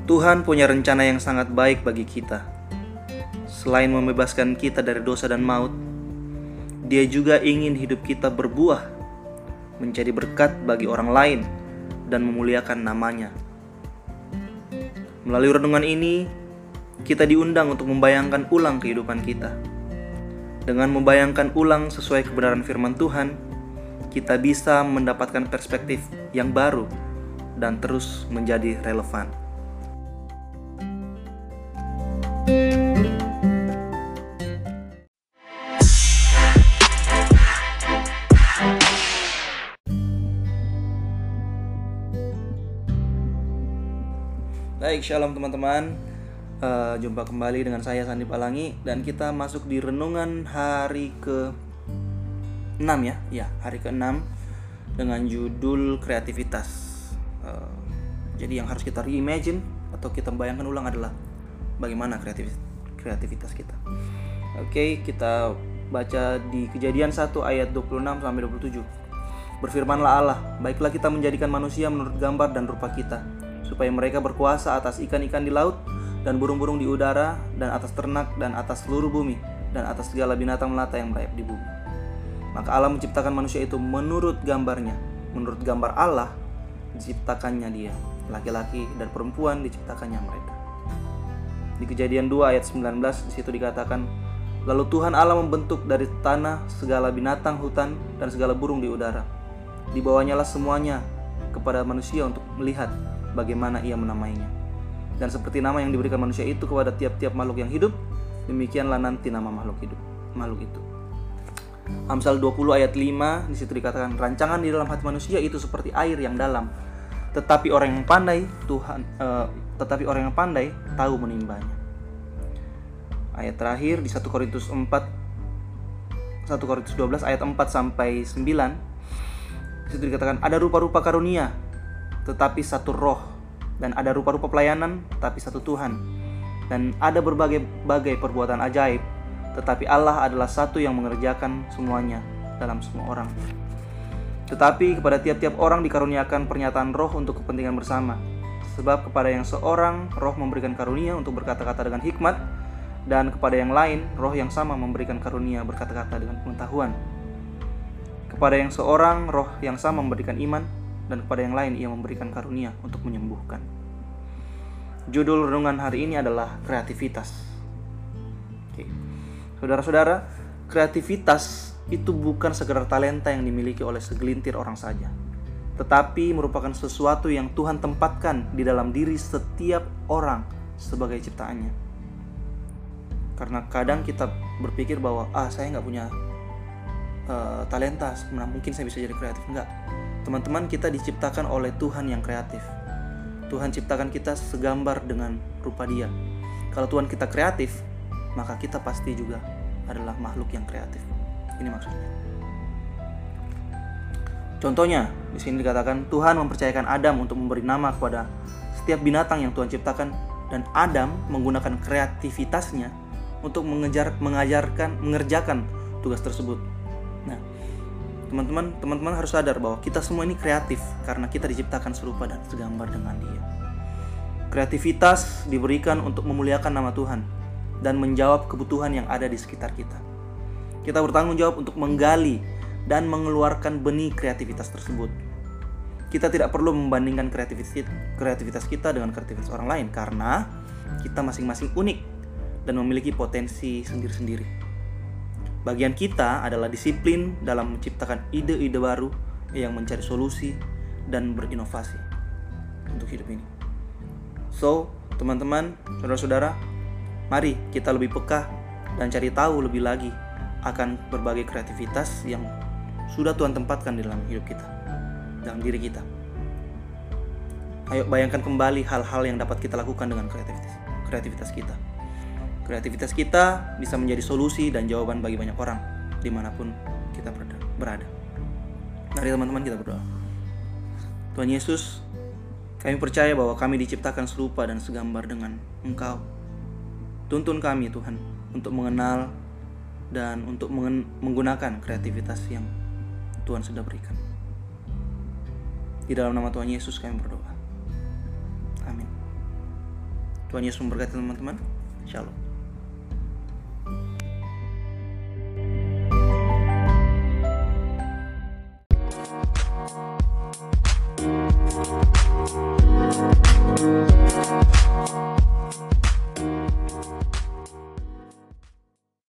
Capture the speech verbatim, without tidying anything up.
Tuhan punya rencana yang sangat baik bagi kita. Selain membebaskan kita dari dosa dan maut, Dia juga ingin hidup kita berbuah, menjadi berkat bagi orang lain, dan memuliakan namanya. Melalui renungan ini, kita diundang untuk membayangkan ulang kehidupan kita. Dengan membayangkan ulang sesuai kebenaran firman Tuhan, kita bisa mendapatkan perspektif yang baru dan terus menjadi relevan. Baik, shalom teman-teman. uh, Jumpa kembali dengan saya Sandi Palangi. Dan kita masuk di renungan hari ke enam ya Ya, hari ke enam dengan judul kreativitas. uh, Jadi yang harus kita reimagine atau kita bayangkan ulang adalah bagaimana kreativitas, kreativitas kita. Oke, kita baca di Kejadian satu ayat dua puluh enam sampai dua puluh tujuh. Berfirmanlah Allah, baiklah kita menjadikan manusia menurut gambar dan rupa kita, supaya mereka berkuasa atas ikan-ikan di laut, dan burung-burung di udara, dan atas ternak, dan atas seluruh bumi, dan atas segala binatang melata yang merayap di bumi. Maka Allah menciptakan manusia itu menurut gambarnya. Menurut gambar Allah diciptakannya dia, laki-laki dan perempuan diciptakannya mereka. Di Kejadian dua ayat sembilan belas, di situ dikatakan, lalu Tuhan Allah membentuk dari tanah segala binatang hutan dan segala burung di udara. Dibawanyalah semuanya kepada manusia untuk melihat bagaimana ia menamainya. Dan seperti nama yang diberikan manusia itu kepada tiap-tiap makhluk yang hidup, demikianlah nanti nama makhluk hidup makhluk itu. Amsal dua puluh ayat lima, di situ dikatakan, rancangan di dalam hati manusia itu seperti air yang dalam, tetapi orang yang pandai Tuhan uh, tetapi orang yang pandai tahu menimbanya. Ayat terakhir di satu Korintus dua belas ayat empat sampai sembilan, di situ dikatakan, ada rupa-rupa karunia tetapi satu roh, dan ada rupa-rupa pelayanan tetapi satu Tuhan, dan ada berbagai-bagai perbuatan ajaib, tetapi Allah adalah satu yang mengerjakan semuanya dalam semua orang. Tetapi kepada tiap-tiap orang dikaruniakan pernyataan roh untuk kepentingan bersama. Sebab kepada yang seorang roh memberikan karunia untuk berkata-kata dengan hikmat, dan kepada yang lain roh yang sama memberikan karunia berkata-kata dengan pengetahuan. Kepada yang seorang roh yang sama memberikan iman, dan kepada yang lain ia memberikan karunia untuk menyembuhkan. Judul renungan hari ini adalah kreativitas. Oke. Saudara-saudara, kreativitas itu bukan sekedar talenta yang dimiliki oleh segelintir orang saja, tetapi merupakan sesuatu yang Tuhan tempatkan di dalam diri setiap orang sebagai ciptaannya. Karena kadang kita berpikir bahwa ah saya nggak punya uh, talenta, nah, mungkin saya bisa jadi kreatif. Enggak. Teman-teman, kita diciptakan oleh Tuhan yang kreatif. Tuhan ciptakan kita segambar dengan rupa Dia. Kalau Tuhan kita kreatif, maka kita pasti juga adalah makhluk yang kreatif. Ini maksudnya. Contohnya, di sini dikatakan Tuhan mempercayakan Adam untuk memberi nama kepada setiap binatang yang Tuhan ciptakan, dan Adam menggunakan kreativitasnya untuk mengejar, mengajarkan, mengerjakan tugas tersebut. Nah, teman-teman, teman-teman harus sadar bahwa kita semua ini kreatif karena kita diciptakan serupa dan segambar dengan Dia. Kreativitas diberikan untuk memuliakan nama Tuhan dan menjawab kebutuhan yang ada di sekitar kita. Kita bertanggung jawab untuk menggali dan mengeluarkan benih kreativitas tersebut. Kita tidak perlu membandingkan kreativitas, kreativitas kita dengan kreativitas orang lain, karena kita masing-masing unik dan memiliki potensi sendiri-sendiri. Bagian kita adalah disiplin dalam menciptakan ide-ide baru yang mencari solusi dan berinovasi untuk hidup ini. So, teman-teman, saudara-saudara, mari kita lebih peka dan cari tahu lebih lagi akan berbagai kreativitas yang sudah Tuhan tempatkan di dalam hidup kita, dalam diri kita. Ayo bayangkan kembali hal-hal yang dapat kita lakukan dengan kreativitas, kreativitas kita. Kreativitas kita bisa menjadi solusi dan jawaban bagi banyak orang dimanapun kita berada. Mari teman-teman kita berdoa. Tuhan Yesus, kami percaya bahwa kami diciptakan serupa dan segambar dengan Engkau. Tuntun kami Tuhan untuk mengenal dan untuk menggunakan kreativitas yang Tuhan sudah berikan. Di dalam nama Tuhan Yesus kami berdoa. Amin. Tuhan Yesus memberkati teman-teman. Shalom.